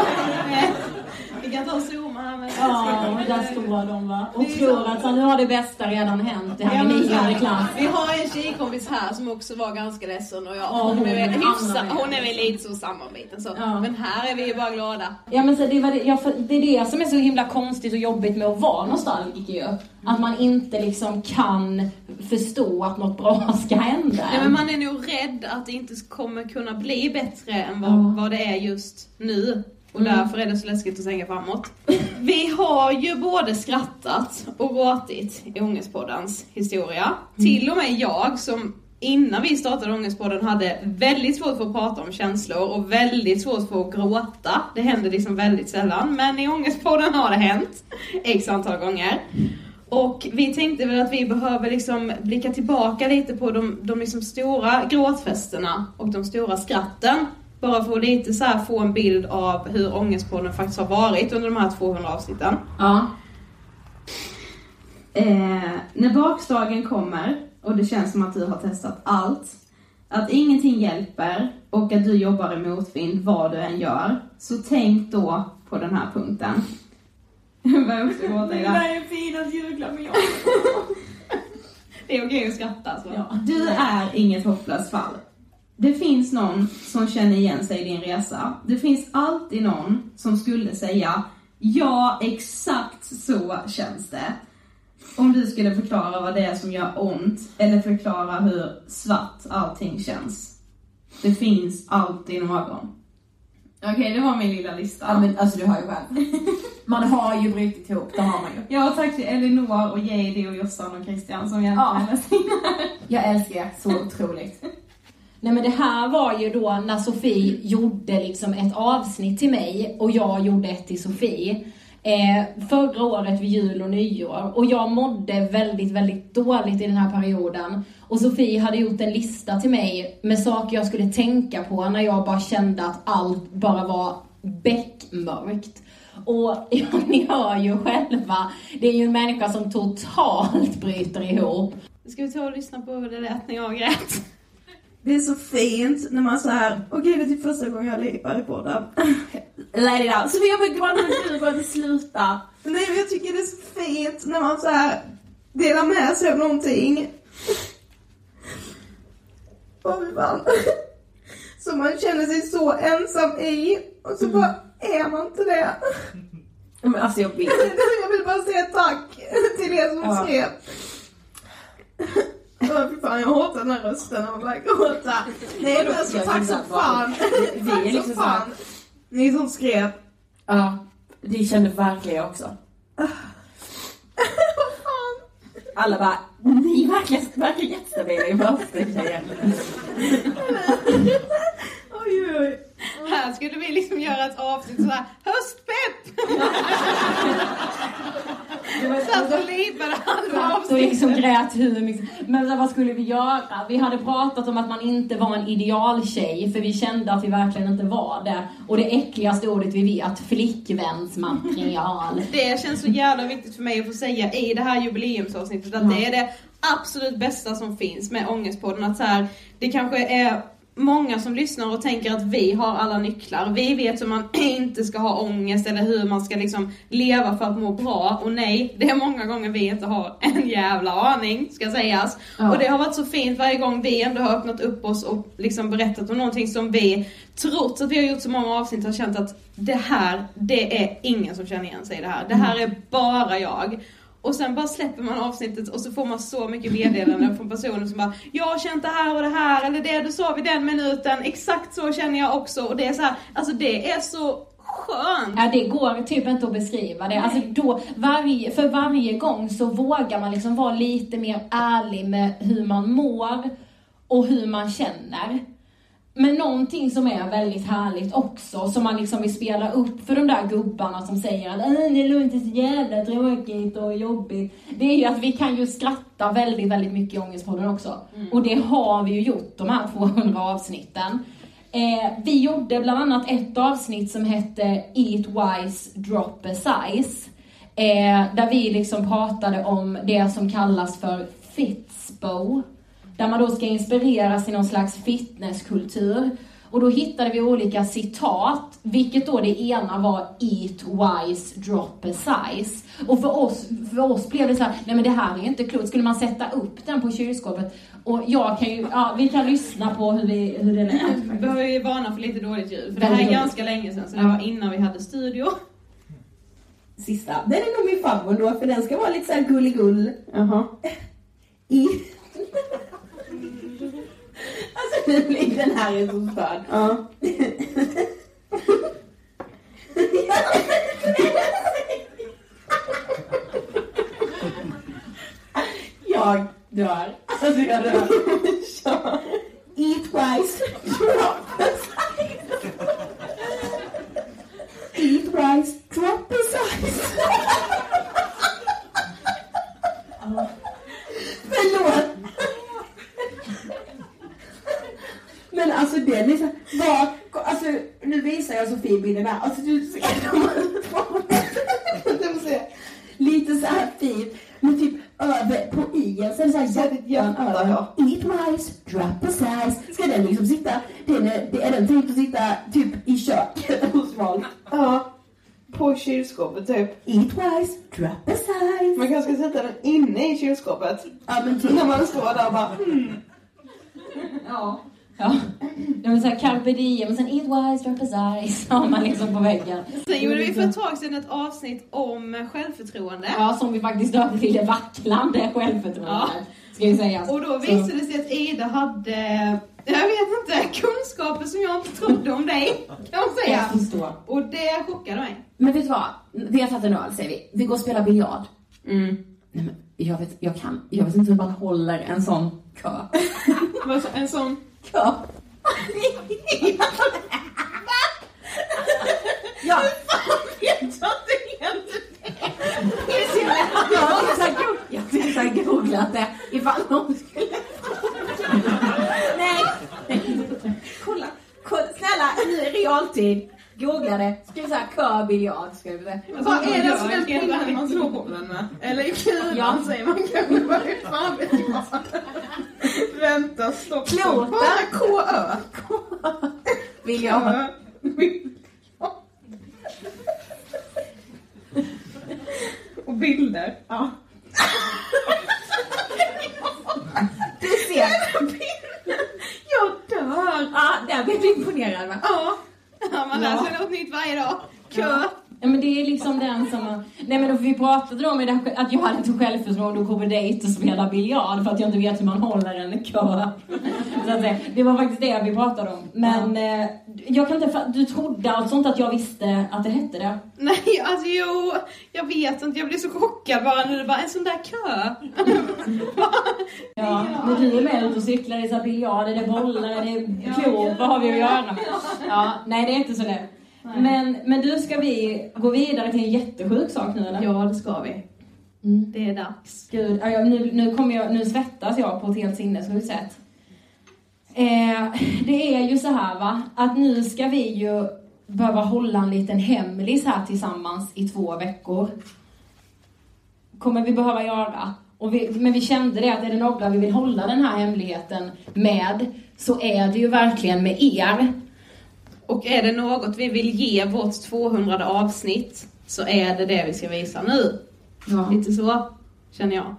Vi kan ta och zooma här med... Ja, och där står de va. Och tror att så, nu har det bästa redan hänt. Det här ja, med nionde klass. Vi har en tjejkompis här som också var ganska ledsen. Och jag, ja, hon, hon, är väl, hyfsa, hon är väl lite så samarbeten. Så. Ja. Men här är vi ju bara glada. Ja, men så det, var det, ja, det är det som är så himla konstigt och jobbigt med att vara nostalgiker ju. Att man inte liksom kan förstå att något bra ska hända. Ja, men man är nog rädd att det inte kommer kunna bli bättre än vad, mm. vad det är just nu. Och mm. därför är det så läskigt att tänka framåt. Vi har ju både skrattat och gråtit i Ångestpoddens historia. Mm. Till och med jag som innan vi startade Ångestpodden hade väldigt svårt för att prata om känslor och väldigt svårt för att gråta. Det händer liksom väldigt sällan. Men i Ångestpodden har det hänt x antal gånger. Och vi tänkte väl att vi behöver liksom blicka tillbaka lite på de, de liksom stora gråtfesterna och de stora skratten. Bara för att lite så här få en bild av hur Ångestpodden faktiskt har varit under de här tvåhundra avsnitten. Ja. Eh, när bakslagen kommer och det känns som att du har testat allt, att ingenting hjälper och att du jobbar i motvind vad du än gör, så tänk då på den här punkten. Vad är också gråta i det? Det är en finast julklapp med jag. Det är okej att skratta alltså. Ja. Du är inget hopplöst fall. Det finns någon som känner igen sig i din resa. Det finns alltid någon som skulle säga ja, exakt så känns det. Om du skulle förklara vad det är som gör ont eller förklara hur svart allting känns. Det finns alltid någon. Okej, okay, det var min lilla lista. Ja, men alltså du har ju själv. Man har ju brutit ihop, det har man ju. Ja, tack till Elinor och Jade och Jossan och Christian som hjälpte ja. mig med sina. Jag älskar det så otroligt. Nej, men det här var ju då när Sofie gjorde liksom ett avsnitt till mig och jag gjorde ett till Sofie. Eh, förra året vid jul och nyår. Och jag mådde väldigt, väldigt dåligt i den här perioden. Och Sofie hade gjort en lista till mig med saker jag skulle tänka på när jag bara kände att allt bara var beckmörkt. Och ja, ni hör ju själva, det är ju en människa som totalt bryter ihop. Ska vi ta och lyssna på hur det lät när jag grät? Det är så fint när man så här, okej okay, det är typ första gången jag lipar i podden. Let it out. Så jag vill bara nu bara att sluta. Nej, men jag tycker det är så fint när man så här delar med sig av någonting. Åh, fan. Så man känner sig så ensam i och så bara är man inte det. Men alltså jag vet. Jag vill bara säga tack till er som ja. skrev. Åh, fy fan, jag hatar den här rösten när man bara gråta. Nej, men alltså, tack så fan. Vi är liksom så här. Ni som skrev. Ja, det kände verkligen också. Vad fan? Alla bara, ni verkligen, verkligen jättestabila i rösten, tjejer. Oj, oj. Här skulle vi liksom göra ett avsnitt sådär, höstpepp! Satt och lipade halva avsnitt. Och liksom grät hur mycket. Men vad skulle vi göra? Vi hade pratat om att man inte var en idealtjej, för vi kände att vi verkligen inte var det. Och det äckligaste ordet vi vet, flickvänsmaterial. Det känns så jävla viktigt för mig att få säga i det här jubileumsavsnittet att mm. det är det absolut bästa som finns med Ångestpodden. Att så här, det kanske är många som lyssnar och tänker att vi har alla nycklar. Vi vet hur man inte ska ha ångest eller hur man ska liksom leva för att må bra. Och nej, det är många gånger vi inte har en jävla aning, ska sägas. Ja. Och det har varit så fint varje gång vi ändå har öppnat upp oss och liksom berättat om någonting som vi, trots att vi har gjort så många avsnitt, har känt att det här, det är ingen som känner igen sig i det här. Det här är bara jag. Och sen bara släpper man avsnittet och så får man så mycket meddelanden från personer som bara, jag har känt det här och det här, eller det du sa vid den minuten, exakt så känner jag också. Och det är så här, alltså det är så skönt. Ja, det går typ inte att beskriva det. Alltså då, varje, för varje gång så vågar man liksom vara lite mer ärlig med hur man mår och hur man känner. Men någonting som är väldigt härligt också, som man liksom vill spela upp för de där gubbarna som säger att det är inte så jävla tråkigt och jobbigt. Det är ju att vi kan ju skratta väldigt, väldigt mycket i Ångestpodden också. Mm. Och det har vi ju gjort, de här tvåhundra avsnitten. Eh, vi gjorde bland annat ett avsnitt som hette Eat Wise, Drop a Size. Eh, där vi liksom pratade om det som kallas för Fitspo. Där man då ska inspireras i någon slags fitnesskultur. Och då hittade vi olika citat. Vilket då det ena var Eat Wise, Drop a Size. Och för oss, för oss blev det så här, nej men det här är ju inte klokt. Skulle man sätta upp den på kylskåpet? Och jag kan ju, ja, vi kan lyssna på hur, vi, hur det lät. Vi behöver ju varna för lite dåligt ljud. För det här är ganska länge sedan. Så det var innan vi hade studio. Sista. Den är nog min favorit då. För den ska vara lite så här gulligull. Jaha. I... Alltså nu blir den här är så störd. Ja. Jag dör. Alltså jag dör. Eat wise, drop a size. Eat wise, drop a size. Förlåt. Men alltså det är liksom, vad, alltså nu visar jag Sofie bilden där, alltså du ser lite så här fint, men typ över på ien, sen så här jättejön över, eat wise, drop a size, ska den liksom sitta, den är, det är den tänkt att sitta typ i köket hos folk. Ja, på kylskåpet typ. Eat wise, drop a size. Man kanske ska sätta den inne i kylskåpet. Ja men typ. När man står där och bara, hmm. Ja. Ja, det var så här carpe diem, och sen eat wise, drop a size, har man liksom på väggen. Sen gjorde vi för ett tag sedan ett avsnitt om självförtroende. Ja, som vi faktiskt döpte till det vacklande självförtroende, ja. Ska jag säga. Och då visade det sig att Ida hade, jag vet inte, kunskaper som jag inte trodde om dig, kan man säga. Jag förstår. Och det chockade mig. Men vet du vad? Vi har tagit en öl, säger vi. Vi går och spelar biljard. Mm. Nej, men jag vet, jag kan, jag vet inte hur man håller en sån kö. En sån kö? Ja. Jag tar det inte det. Jag har så här googlat det ifall någon skulle... Nej. Kolla, kolla, snälla, nu är realtid. Googla det. Skriv så här kö biljard, ska vi säga. Vad är det som är skillnad när man slår bollen med? Eller i kulan, ja. Säger man kanske bara hur fan vet jag. Vänta, stopp. Klota. Bara K-Ö. Vill jag. Och bilder. Ja. Du ser. Jag dör. Ja, där blir du imponerad, va? Ja. Ja, man lär sig något nytt varje dag. Kö. Ja. Ja, men det är liksom den som man... Nej, men då vi pratade om det, att jag hade inte självförtroende och kommer dejt och spela biljard för att jag inte vet hur man håller en kö. Så att säga. Det var faktiskt det vi pratade om. Men ja. eh, jag kan inte... Du trodde alltså inte att jag visste att det hette det? Nej, alltså jo, jag vet inte. Jag blev så chockad bara när det var en sån där kö. Ja, när du är med ut och cyklar, det är så biljard, det är bollar, det är klor, vad har vi att göra med? Ja, nej, det är inte så lätt. Men, men du, ska vi gå vidare till en jättesjuk sak nu, eller? Ja, det ska vi. Mm. Det är dags. Gud, ja, nu, nu, kommer jag, nu svettas jag på ett helt sinnesruset. Eh, det är ju så här, va? Att nu ska vi ju behöva hålla en liten hemlis här tillsammans i två veckor. Kommer vi behöva göra. Och vi, men vi kände det att är det några vi vill hålla den här hemligheten med, så är det ju verkligen med er. Och är det något vi vill ge vårt tvåhundrade avsnitt, så är det det vi ska visa nu. Ja. Lite så, känner jag.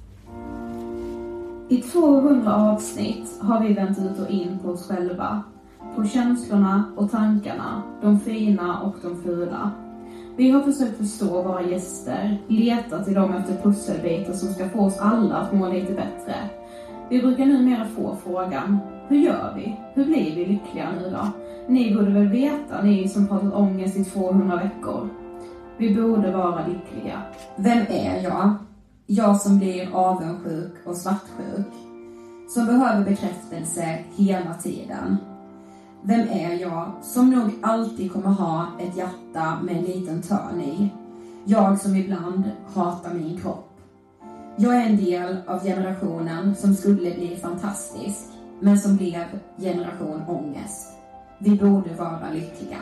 I tvåhundra avsnitt har vi vänt ut och in på oss själva. På känslorna och tankarna, de fina och de fula. Vi har försökt förstå våra gäster, leta till dem efter pusselbitar som ska få oss alla att må lite bättre. Vi brukar numera få frågan, hur gör vi? Hur blir vi lyckliga nu då? Ni borde väl veta, ni som pratat ångest i tvåhundra veckor. Vi borde vara lyckliga. Vem är jag? Jag som blir avundsjuk och svartsjuk. Som behöver bekräftelse hela tiden. Vem är jag som nog alltid kommer ha ett hjärta med en liten törn i? Jag som ibland hatar min kropp. Jag är en del av generationen som skulle bli fantastisk, men som blev generation ångest. Vi borde vara lyckliga.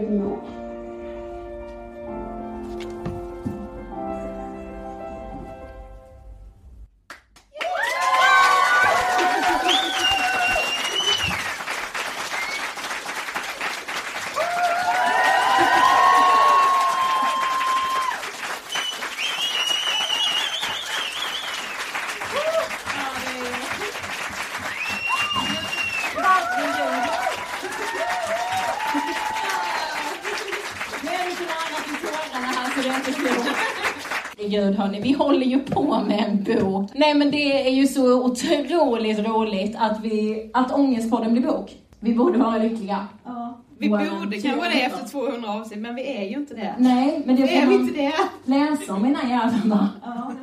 Gud hörni, vi håller ju på med en bok. Nej men det är ju så otroligt roligt att vi att Ångestpodden blir bok. Vi borde vara lyckliga. Ja. Vi wow. borde kanske det efter tvåhundra avsnitt, men vi är ju inte det. Nej, men det är vi inte det. Läsa om mina jävlarna. Ja.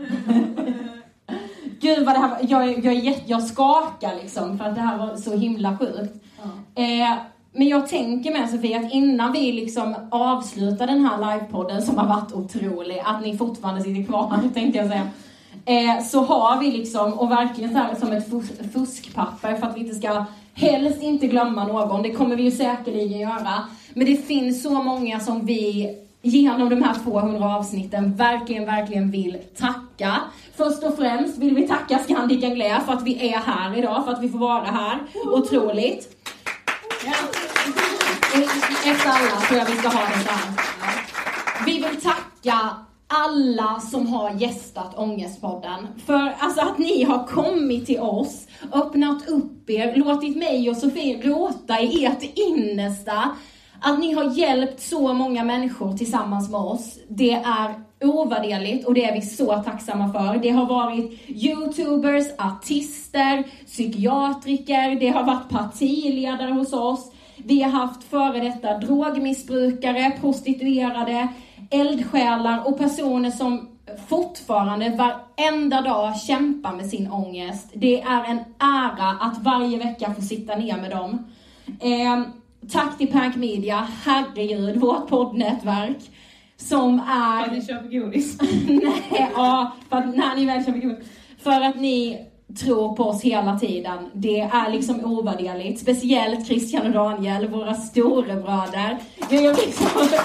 Gud vad det här var, jag, jag, jag, jag skakar liksom för att det här var så himla sjukt. Ja. Eh, Men jag tänker med Sofie att innan vi liksom avslutar den här livepodden som har varit otrolig, att ni fortfarande sitter kvar, tänkte jag säga. Eh, så har vi liksom, och verkligen så här som ett fus- fuskpapper för att vi inte ska helst inte glömma någon. Det kommer vi ju säkerligen göra. Men det finns så många som vi genom de här tvåhundra avsnitten verkligen, verkligen vill tacka. Först och främst vill vi tacka Scandic Anglais för att vi är här idag, för att vi får vara här. Otroligt. Ja. Efter alla tror jag vi ska ha det där. Vi vill tacka alla som har gästat Ångestpodden. För alltså att ni har kommit till oss, öppnat upp er, låtit mig och Sofie gråta i ert innersta. Att ni har hjälpt så många människor tillsammans med oss. Det är ovärderligt och det är vi så tacksamma för. Det har varit YouTubers, artister, psykiatriker, det har varit partiledare hos oss. Vi har haft före detta drogmissbrukare, prostituerade, eldsjälar och personer som fortfarande varenda dag kämpar med sin ångest. Det är en ära att varje vecka få sitta ner med dem. Eh, tack till Pank Media, herregud, vårt poddnätverk som är... För att ni köper godis. Nej, ja, för att när ni väl köper godis. För att ni tror på oss hela tiden. Det är liksom ovärderligt. Speciellt Christian och Daniel, våra storebröder. Jag är liksom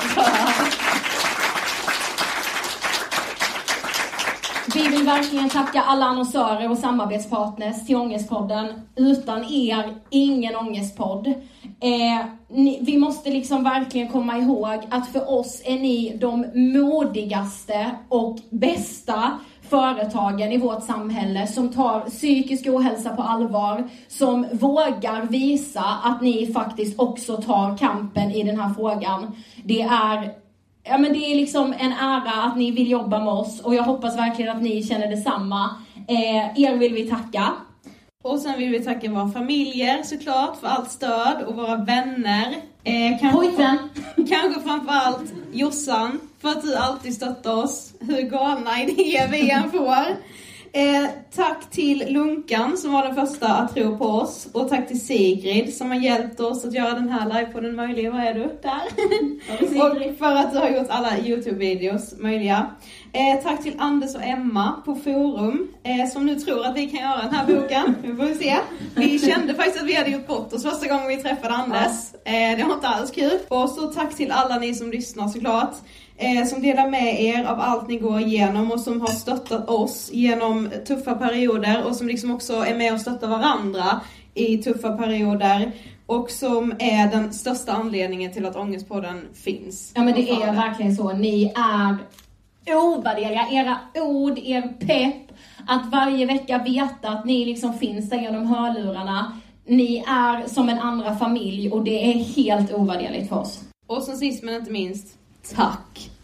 Vi vill verkligen tacka alla annonsörer och samarbetspartners till Ångestpodden. Utan er, ingen Ångestpodd. Eh, ni, vi måste liksom verkligen komma ihåg att för oss är ni de modigaste och bästa företagen i vårt samhälle som tar psykisk ohälsa på allvar, som vågar visa att ni faktiskt också tar kampen i den här frågan. Det är, ja, men det är liksom en ära att ni vill jobba med oss och jag hoppas verkligen att ni känner detsamma. Eh, er vill vi tacka. Och sen vill vi tacka våra familjer såklart för allt stöd och våra vänner. Eh, kanske, Pojkvän. kanske framförallt Jossan för att du alltid stöttar oss. Hur galna idéer vi än får. Eh, tack till Lunkan som var den första att tro på oss. Och tack till Sigrid som har hjälpt oss att göra den här livepodden möjlig. Vad är du? Där. Och för att du har gjort alla YouTube-videos möjliga. Eh, tack till Anders och Emma på Forum eh, som nu tror att vi kan göra den här boken. Vi får se. Vi kände faktiskt att vi hade gjort bort oss första gången vi träffade Anders. Eh, det var inte alls kul. Och så tack till alla ni som lyssnar såklart. Eh, som delar med er av allt ni går igenom och som har stöttat oss genom tuffa perioder och som liksom också är med och stöttar varandra i tuffa perioder och som är den största anledningen till att Ångestpodden finns. Ja, men det är verkligen så. Ni är ovärderliga. Era ord, er pepp, att varje vecka veta att ni liksom finns där genom hörlurarna. Ni är som en andra familj och det är helt ovärderligt för oss. Och som sist men inte minst, tack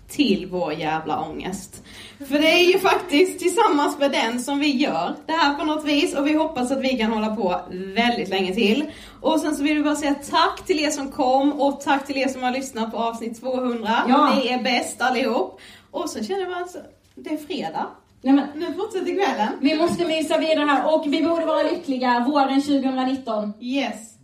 till vår jävla ångest. För det är ju faktiskt tillsammans med den som vi gör det här på något vis. Och vi hoppas att vi kan hålla på väldigt länge till. Och sen så vill vi bara säga tack till er som kom. Och tack till er som har lyssnat på avsnitt tvåhundra. Ja. Ni är bäst allihop. Och så känner man att det är fredag. Ja, men, nu fortsätter kvällen. Vi måste mysa vidare här. Och vi borde vara lyckliga våren tjugonitton. Yes.